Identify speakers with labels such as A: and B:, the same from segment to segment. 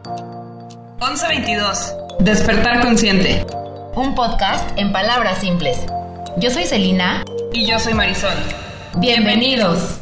A: 1122. Despertar consciente.
B: Un podcast en palabras simples. Yo soy Celina.
A: Y yo soy Marisol.
B: Bienvenidos.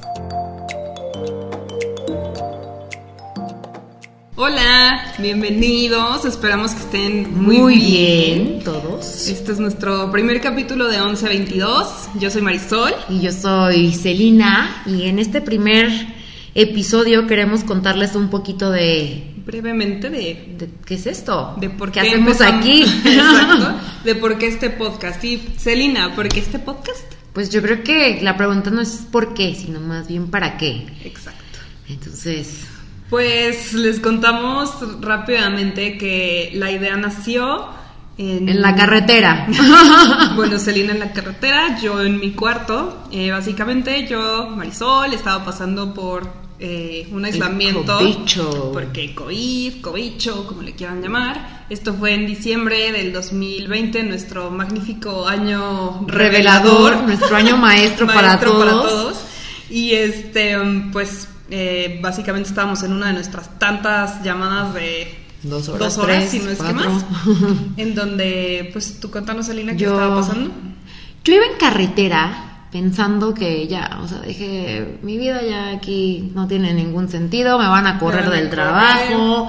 A: Hola, bienvenidos. Esperamos que estén
B: muy bien todos.
A: Este es nuestro primer capítulo de 1122. Yo soy Marisol.
B: Y yo soy Celina. Y en este primer episodio queremos contarles un poquito
A: brevemente
B: de ¿qué es esto?
A: De por qué
B: hacemos aquí.
A: Exacto. De por qué este podcast. Y Celina, ¿por qué este podcast?
B: Pues yo creo que la pregunta no es por qué, sino más bien para qué.
A: Exacto.
B: Entonces,
A: pues les contamos rápidamente que la idea nació
B: en la carretera.
A: Bueno, Celina en la carretera, yo en mi cuarto. Básicamente yo, Marisol, estaba pasando por un aislamiento. Porque COVID, cobicho, como le quieran llamar. Esto fue en diciembre del 2020, nuestro magnífico año revelador.
B: Nuestro año maestro para todos.
A: Y pues básicamente estábamos en una de nuestras tantas llamadas de
B: 2 horas,
A: 2 horas,
B: 3,
A: si no es
B: 4.
A: que más. En donde, pues tú contanos, Celina, ¿qué estaba pasando?
B: Yo iba en carretera pensando que ya, o sea, dije, mi vida ya aquí no tiene ningún sentido, me van a correr del trabajo,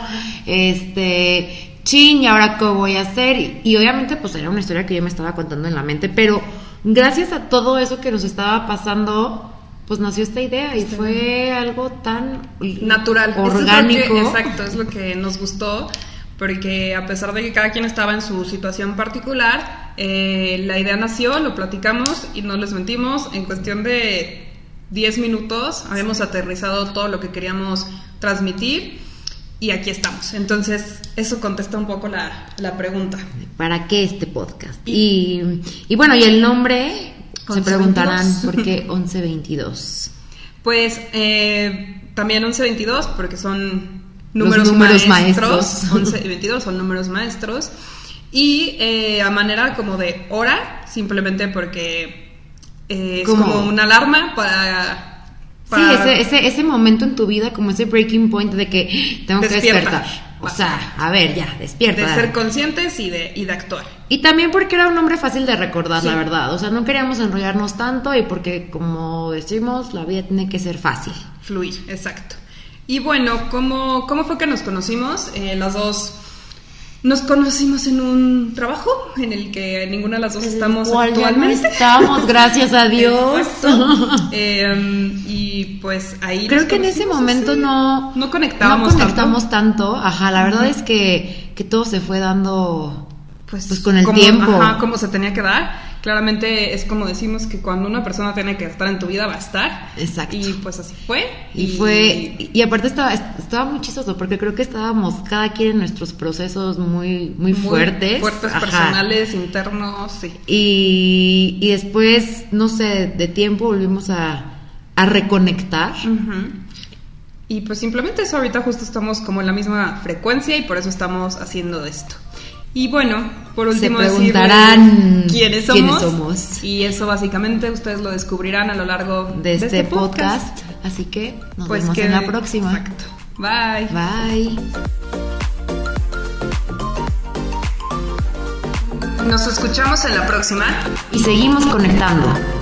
B: ¿y ahora qué voy a hacer? Y obviamente pues era una historia que yo me estaba contando en la mente, pero gracias a todo eso que nos estaba pasando, pues nació esta idea y fue algo tan
A: natural,
B: orgánico.
A: Exacto, es lo que nos gustó, porque a pesar de que cada quien estaba en su situación particular, la idea nació, lo platicamos y no les mentimos, en cuestión de 10 minutos habíamos aterrizado todo lo que queríamos transmitir y aquí estamos. Entonces eso contesta un poco la pregunta.
B: ¿Para qué este podcast? Y bueno, y el nombre, se preguntarán por qué 1122.
A: Pues también 1122 porque son
B: números maestros.
A: 11 y 22 son números maestros. Y a manera como de hora, simplemente porque es como una alarma para
B: Sí, ese momento en tu vida, como ese breaking point de que tengo que despertar. O sea, a ver, ya, despierta.
A: De ser conscientes y de actuar.
B: Y también porque era un nombre fácil de recordar, la verdad. O sea, no queríamos enrollarnos tanto y porque, como decimos, la vida tiene que ser fácil.
A: Fluir, exacto. Y bueno, ¿cómo fue que nos conocimos? Las dos nos conocimos en un trabajo en el que ninguna de las dos estamos actualmente.
B: Estamos, gracias a Dios.
A: Y pues ahí
B: creo que en ese momento no conectamos tanto. Ajá, la verdad es que todo se fue dando pues con el tiempo.
A: Ajá, como se tenía que dar. Claramente es como decimos que cuando una persona tiene que estar en tu vida va a estar.
B: Exacto.
A: Y pues así fue.
B: Y aparte estaba muy chistoso porque creo que estábamos cada quien en nuestros procesos muy fuertes.
A: Fuertes, personales, internos, sí.
B: Y después, no sé, de tiempo volvimos a reconectar.
A: Uh-huh. Y pues simplemente eso, ahorita justo estamos como en la misma frecuencia y por eso estamos haciendo esto. Y bueno, por último
B: se preguntarán
A: quiénes somos. Y eso básicamente ustedes lo descubrirán a lo largo
B: de este podcast. Así que nos vemos en la próxima.
A: Exacto. Bye.
B: Bye.
A: Nos escuchamos en la próxima.
B: Y seguimos conectando.